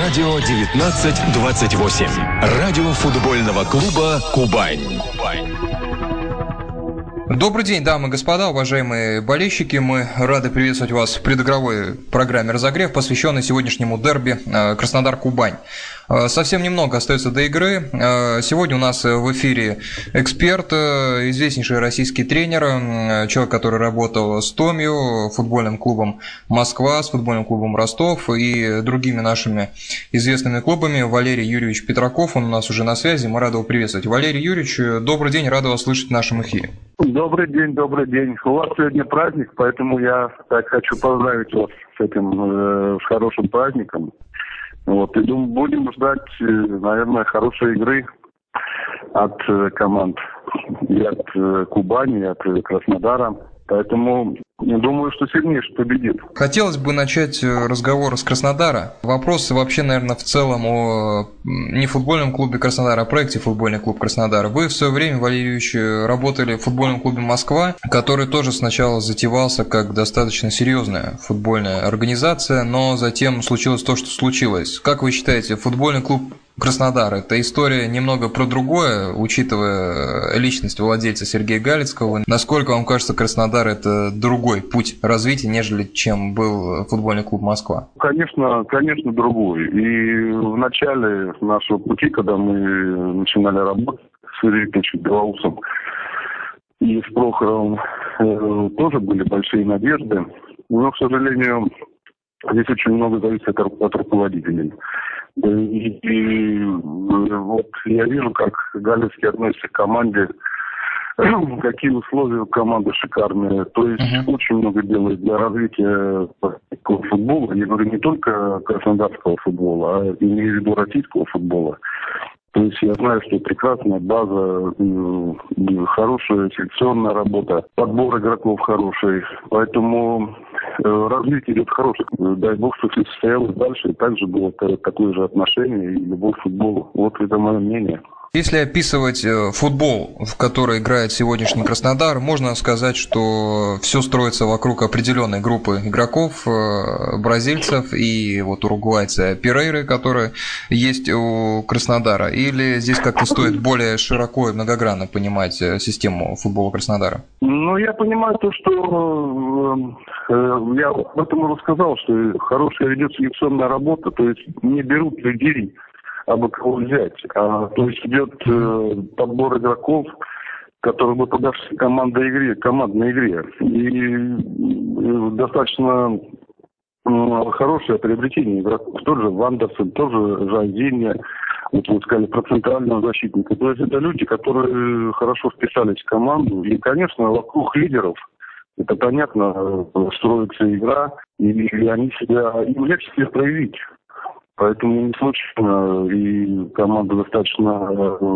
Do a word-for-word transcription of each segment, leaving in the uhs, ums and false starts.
Радио девятнадцать двадцать восемь. Радио футбольного клуба «Кубань». Добрый день, дамы и господа, уважаемые болельщики. Мы рады приветствовать вас в предигровой программе «Разогрев», посвященной сегодняшнему дерби Краснодар-Кубань. Совсем немного остается до игры. Сегодня у нас в эфире эксперт, известнейший российский тренер, человек, который работал с Томью, футбольным клубом «Москва», с футбольным клубом «Ростов» и другими нашими известными клубами, Валерий Юрьевич Петраков. Он у нас уже на связи, мы рады его приветствовать. Валерий Юрьевич, добрый день, рады вас слышать в нашем эфире. Добрый день, добрый день. У вас сегодня праздник, поэтому я так хочу поздравить вас с этим, э, с хорошим праздником. Вот, и думаю, будем ждать, э, наверное, хорошей игры от э, команд и от э, Кубани, и от э, Краснодара. Поэтому я думаю, что сильнейший победит. Хотелось бы начать разговор с Краснодара. Вопросы вообще, наверное, в целом о не футбольном клубе Краснодара, а проекте футбольный клуб Краснодар. Вы в свое время, Валерий Юрьевич, работали в футбольном клубе «Москва», который тоже сначала затевался как достаточно серьезная футбольная организация, но затем случилось то, что случилось. Как вы считаете, футбольный клуб Краснодар — это история немного про другое, учитывая личность владельца Сергея Галицкого? Насколько вам кажется, Краснодар — это другой путь развития, нежели чем был футбольный клуб «Москва»? Конечно, конечно, другой. И в начале нашего пути, когда мы начинали работать с Юрием Белоусом и с Прохоровым, э, тоже были большие надежды. Но, к сожалению, здесь очень много зависит от, от руководителей. И, и вот я вижу, как Галицкий относится к команде, какие условия у команды шикарные. То есть uh-huh. очень много делает для развития футбола. Я говорю не только краснодарского футбола, а имею в виду российского футбола. То есть я знаю, что прекрасная база, хорошая селекционная работа, подбор игроков хороший. Поэтому развитие идет хорошее. Дай бог, что все состоялось дальше, и также было такое же отношение и любовь к футболу. Вот это мое мнение. Если описывать футбол, в который играет сегодняшний Краснодар, можно сказать, что все строится вокруг определенной группы игроков, бразильцев и вот уругвайца Перейры, которые есть у Краснодара. Или здесь как-то стоит более широко и многогранно понимать систему футбола Краснодара? Ну, я понимаю то, что э, я об этом уже сказал, что хорошая ведет селекционная работа, то есть не берут людей, абы кого взять. А, то есть идет э, подбор игроков, которые бы подошли к командной игре, командной игре. И э, достаточно э, хорошее приобретение игроков. Тот же Вандерсон, тоже Жанзинья, вот вы сказали про центрального защитника. То есть это люди, которые хорошо вписались в команду. И, конечно, вокруг лидеров, это понятно, строится игра, и они себя, им легче себя проявить. Поэтому не случайно, и команда достаточно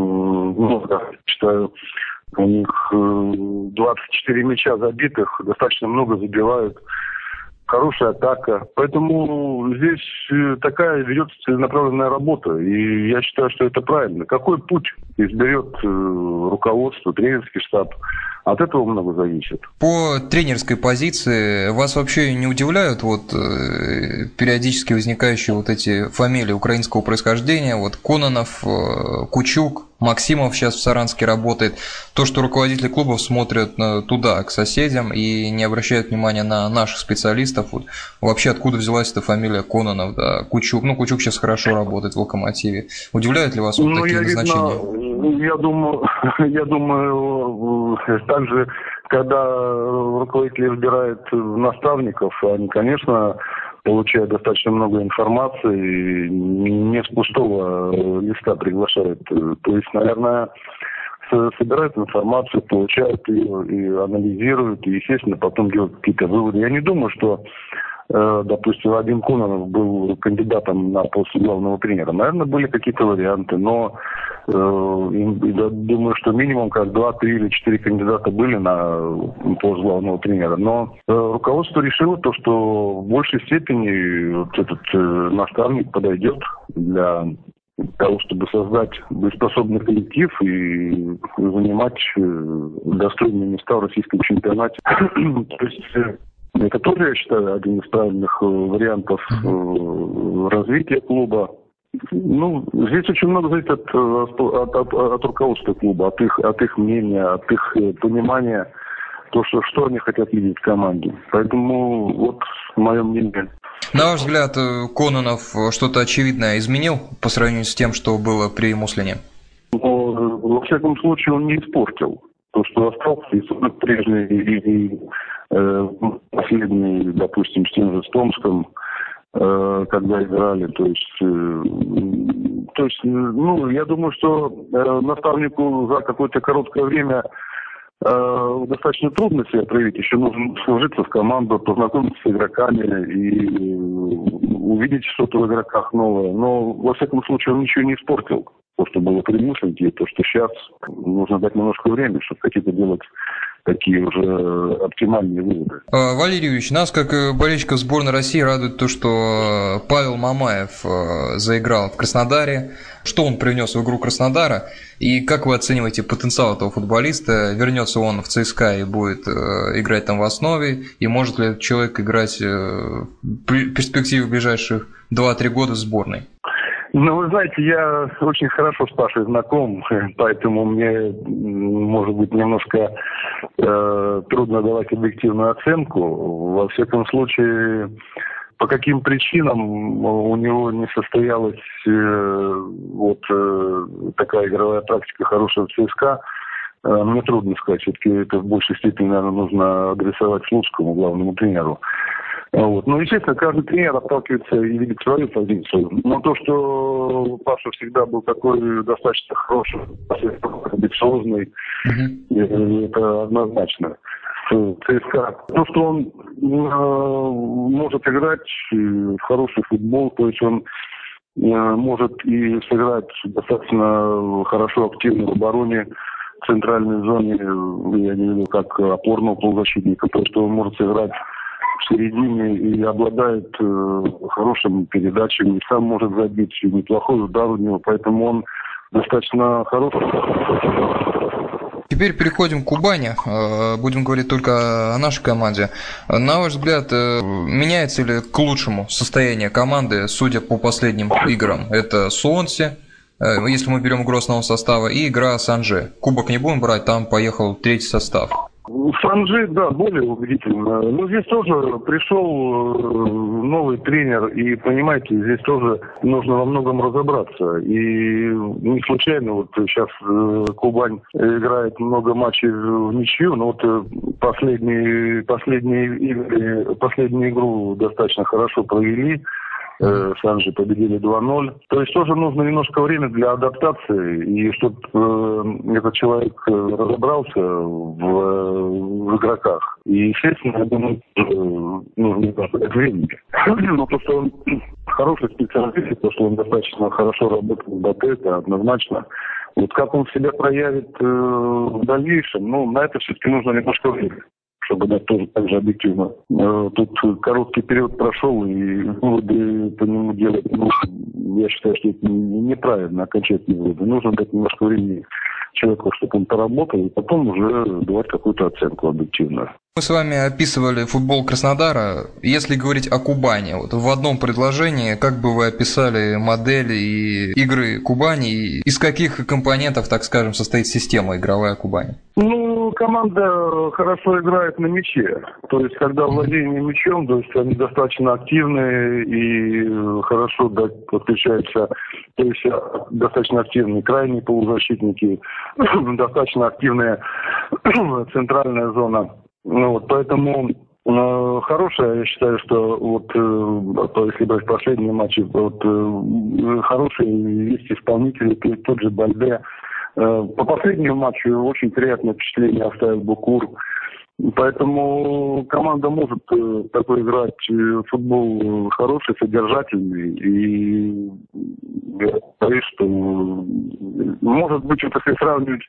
много, считаю, у них двадцать четыре мяча забитых, достаточно много забивают, хорошая атака. Поэтому здесь такая ведется целенаправленная работа, и я считаю, что это правильно. Какой путь изберет руководство, тренерский штаб? От этого много зависит. По тренерской позиции вас вообще не удивляют вот э, периодически возникающие вот эти фамилии украинского происхождения, вот Кононов, э, Кучук, Максимов сейчас в Саранске работает, то, что руководители клубов смотрят э, туда, к соседям, и не обращают внимания на наших специалистов, вот, вообще откуда взялась эта фамилия Кононов, да, Кучук, ну Кучук сейчас хорошо работает в «Локомотиве», удивляют ли вас вот ну, такие я назначения? Видно, я думаю, я думаю, также, когда руководители выбирают наставников, они, конечно, получают достаточно много информации, не с пустого листа приглашают. То есть, наверное, собирают информацию, получают ее и анализируют, и, естественно, потом делают какие-то выводы. Я не думаю, что, допустим, Вадим Кононов был кандидатом на пост главного тренера. Наверное, были какие-то варианты, но э, думаю, что минимум как два, три или четыре кандидата были на пост главного тренера. Но э, руководство решило то, что в большей степени вот этот э, наставник подойдет для того, чтобы создать боеспособный коллектив и занимать э, достойные места в российском чемпионате. То есть это тоже, я считаю, один из правильных вариантов развития клуба. Ну, здесь очень много зависит от, от, от, от руководства клуба, от их, от их мнения, от их понимания, то, что, что они хотят видеть в команде. Поэтому вот мое мнение. На ваш взгляд, Кононов что-то очевидное изменил по сравнению с тем, что было при Муслине? Но, во всяком случае, он не испортил. То, что остался, и сорок прежний, и, и э, последний, допустим, с тем же Томском, э, когда играли. То есть, э, то есть, ну, я думаю, что э, наставнику за какое-то короткое время э, достаточно трудно себя проявить. Еще нужно сложиться в команду, познакомиться с игроками и увидеть что-то в игроках новое. Но, во всяком случае, он ничего не испортил. То, что было при Муслине, и то, что сейчас нужно дать немножко времени, чтобы какие-то делать такие уже оптимальные выводы. Валерий Юрьевич, нас, как болельщиков сборной России, радует то, что Павел Мамаев заиграл в Краснодаре. Что он привнес в игру Краснодара? И как вы оцениваете потенциал этого футболиста? Вернется он в ЦСКА и будет играть там в основе? И может ли этот человек играть в перспективе ближайших два-три года в сборной? Ну, вы знаете, я очень хорошо с Пашей знаком, поэтому мне, может быть, немножко э, трудно давать объективную оценку. Во всяком случае, по каким причинам у него не состоялась э, вот э, такая игровая практика хорошая в ЦСКА, э, мне трудно сказать. Все-таки это в большей степени, наверное, нужно адресовать Слуцкому, главному тренеру. Вот. Ну, естественно, каждый тренер отталкивается и видит свою позицию. Но то, что Паша всегда был такой достаточно хороший, амбициозный, mm-hmm. это однозначно. ЦСКА. То, что он э, может играть в хороший футбол, то есть он э, может и сыграть достаточно хорошо, активно в обороне, в центральной зоне, я не видел, как опорного полузащитника, то, что он может сыграть в середине и обладает э, хорошим передачами, и сам может забить, и неплохой удар у него, поэтому он достаточно хороший. Теперь переходим к Кубани, будем говорить только о нашей команде. На ваш взгляд, меняется ли к лучшему состояние команды, судя по последним играм? Это Суонси, если мы берем игру основного состава, и игра с Анже. Кубок не будем брать, там поехал третий состав. Санжи, да, более убедительно. Но здесь тоже пришел новый тренер, и, понимаете, здесь тоже нужно во многом разобраться. И не случайно вот сейчас Кубань играет много матчей в ничью, но вот последние, последние игры, последнюю игру достаточно хорошо провели. Санжи победили два ноль. То есть тоже нужно немножко времени для адаптации, и чтобы э, этот человек разобрался в, в игроках. И, естественно, я думаю, нужно немножко времени. Но то, что он хороший специалист, то, что он достаточно хорошо работает в БТ, это однозначно. Вот как он себя проявит э, в дальнейшем, ну, на это все-таки нужно немножко времени, чтобы дать тоже так же объективно. Тут короткий период прошел, и выводы по нему делать, ну, я считаю, что это неправильно, окончательные выводы. Нужно дать немножко времени человеку, чтобы он поработал, и потом уже давать какую-то оценку объективную. Мы с вами описывали футбол Краснодара. Если говорить о Кубани, вот в одном предложении, как бы вы описали модель и игры Кубани, и из каких компонентов, так скажем, состоит система игровая Кубани? Ну, команда хорошо играет на мяче. То есть, когда владение мячом, то есть они достаточно активные и хорошо подключаются, то есть достаточно активные крайние полузащитники, достаточно активная центральная зона. Ну, вот, поэтому э, хорошая, я считаю, что вот, э, то, если брать последние матчи, вот, э, хорошие есть исполнители, тот же Бальде. Э, по последнему матчу очень приятное впечатление оставил Букур. Поэтому команда может э, такой играть э, футбол хороший, содержательный. И я боюсь, что, может быть, вот если сравнивать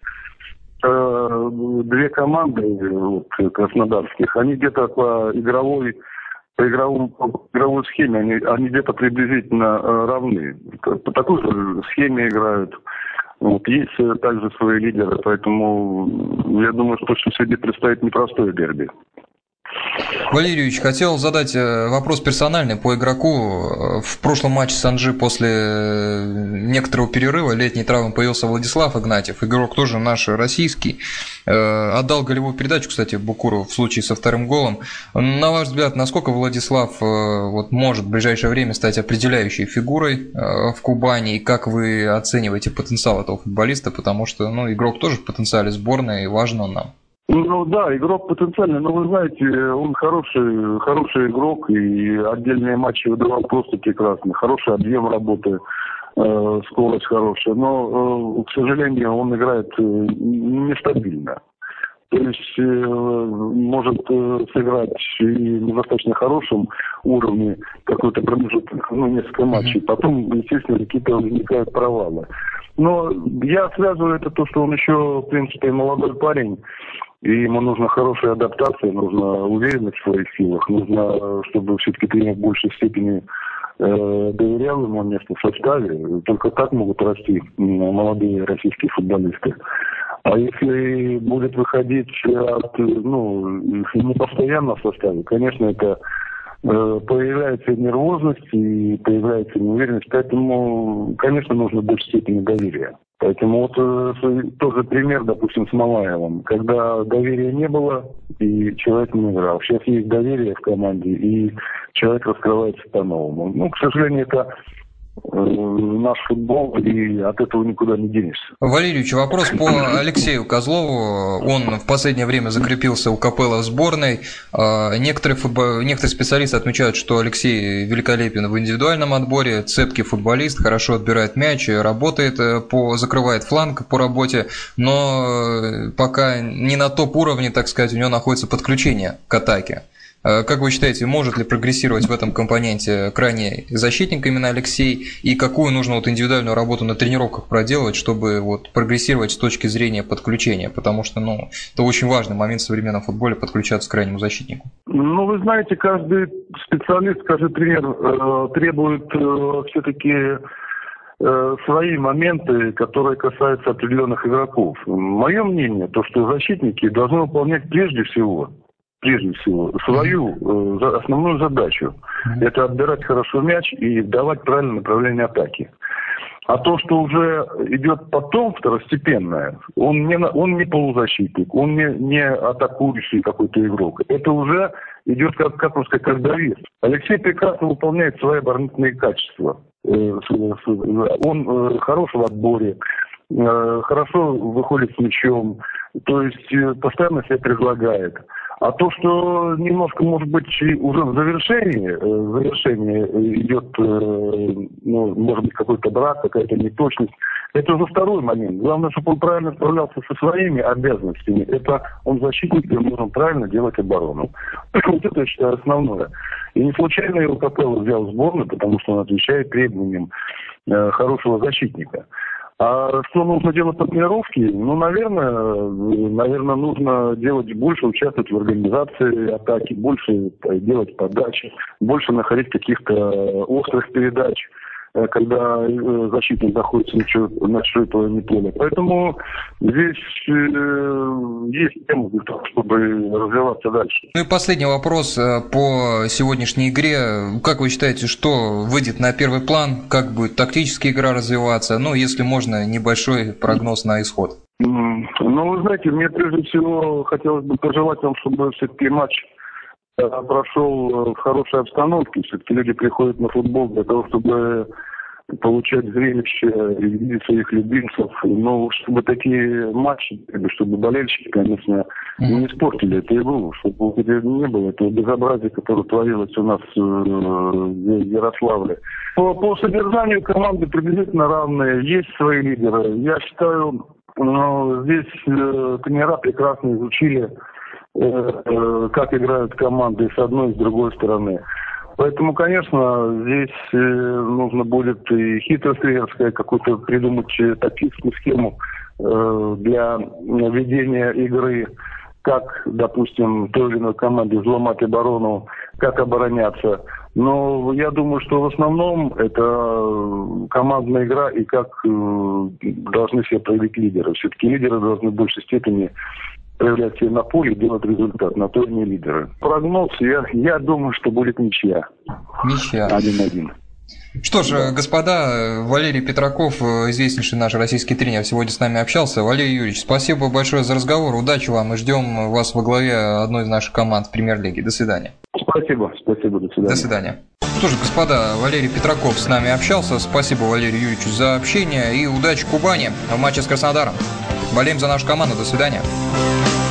две команды вот, краснодарских, они где-то по игровой, по игровому, по игровой схеме, они, они где-то приблизительно равны. По такой же схеме играют. Вот, есть также свои лидеры, поэтому я думаю, что сегодня предстоит непростое дерби. Валерий Юрьевич, хотел задать вопрос персональный по игроку. В прошлом матче с Анжи после некоторого перерыва летней травмы появился Владислав Игнатьев. Игрок тоже наш российский. Отдал голевую передачу, кстати, Букуру в случае со вторым голом. На ваш взгляд, насколько Владислав вот, может в ближайшее время стать определяющей фигурой в Кубани? И как вы оцениваете потенциал этого футболиста? Потому что ну, игрок тоже в потенциале сборной, и важен он нам. Ну да, игрок потенциальный, но вы знаете, он хороший, хороший игрок, и отдельные матчи выдавал просто прекрасно. Хороший объем работы, э, скорость хорошая, но, э, к сожалению, он играет э, нестабильно. То есть э, может э, сыграть и на достаточно хорошем уровне какой-то промежуток, ну, несколько матчей. Потом, естественно, какие-то возникают провалы. Но я связываю это то, что он еще, в принципе, молодой парень, и ему нужна хорошая адаптация, нужна уверенность в своих силах, нужно, чтобы все-таки тренер в большей степени э, доверял ему место в составе. Только так могут расти молодые российские футболисты. А если будет выходить от, ну, не постоянно в составе, конечно, это э, появляется нервозность и появляется неуверенность, поэтому, конечно, нужно в большей степени доверия. Поэтому вот э, тоже пример, допустим, с Малаевым, когда доверия не было и человек не играл. Сейчас есть доверие в команде, и человек раскрывается по-новому. Ну, к сожалению, это наш футбол, и от этого никуда не денешься. Валерий Юрьевич, вопрос по Алексею Козлову. Он в последнее время закрепился у КПЛ в сборной. Некоторые, футбол... Некоторые специалисты отмечают, что Алексей великолепен в индивидуальном отборе, цепкий футболист, хорошо отбирает мяч, работает, по... закрывает фланг по работе, но пока не на топ-уровне, так сказать, у него находится подключение к атаке. Как вы считаете, может ли прогрессировать в этом компоненте крайний защитник именно Алексей, и какую нужно вот индивидуальную работу на тренировках проделывать, чтобы вот прогрессировать с точки зрения подключения? Потому что ну, это очень важный момент в современном футболе — подключаться к крайнему защитнику. Ну, вы знаете, каждый специалист, каждый тренер э, требует э, все-таки э, свои моменты, которые касаются определенных игроков. Мое мнение, то, что защитники должны выполнять прежде всего прежде всего, свою э, основную задачу. Mm-hmm. Это отбирать хорошо мяч и давать правильное направление атаки. А то, что уже идет потом, второстепенное, он не, он не полузащитник, он не, не атакующий какой-то игрок. Это уже идет, как, как можно сказать, как довес. Алексей прекрасно выполняет свои оборонительные качества. Он хорош в отборе, хорошо выходит с мячом, то есть постоянно себя предлагает. А то, что немножко, может быть, уже в завершении, в завершении идет, ну, может быть, какой-то брак, какая-то неточность, это уже второй момент. Главное, чтобы он правильно справлялся со своими обязанностями. Это он защитник, и он должен правильно делать оборону. Вот это, я считаю, основное. И не случайно его КПЛ взял в сборную, потому что он отвечает требованиям э, хорошего защитника. А что нужно делать по тренировке? Ну, наверное, наверное, нужно делать больше, участвовать в организации атаки, больше делать подачи, больше находить каких-то острых передач, когда защитник находится на чужой половине поля. Поэтому здесь есть тема для того, чтобы развиваться дальше. Ну и последний вопрос по сегодняшней игре. Как вы считаете, что выйдет на первый план? Как будет тактическая игра развиваться? Ну, если можно, небольшой прогноз на исход. Ну, вы знаете, мне прежде всего хотелось бы пожелать вам, чтобы все-таки матч прошел в хорошей обстановке. Все-таки люди приходят на футбол для того, чтобы получать зрелище и видеть своих любимцев. Но чтобы такие матчи, чтобы болельщики, конечно, не испортили эту игру, чтобы не было этого безобразия, которое творилось у нас в Ярославле. По, по содержанию команды приблизительно равные. Есть свои лидеры. Я считаю, ну, здесь тренера прекрасно изучили, как играют команды с одной и с другой стороны. Поэтому, конечно, здесь нужно будет и хитрость тренерская, какую-то придумать тактическую схему для ведения игры, как, допустим, той или иной команде взломать оборону, как обороняться. Но я думаю, что в основном это командная игра и как должны себя проявить лидеры. Все-таки лидеры должны в большей степени проявлять себя на поле, делать результат. На то они лидеры. Прогноз, я, я думаю, что будет ничья. Ничья. один-один. Что ж, господа, Валерий Петраков, известнейший наш российский тренер, сегодня с нами общался. Валерий Юрьевич, спасибо большое за разговор, удачи вам и ждем вас во главе одной из наших команд премьер-лиги. До свидания. Спасибо, спасибо, до свидания. До свидания. Что ж, господа, Валерий Петраков с нами общался. Спасибо Валерию Юрьевичу за общение и удачи Кубани в матче с Краснодаром. Болеем за нашу команду. До свидания.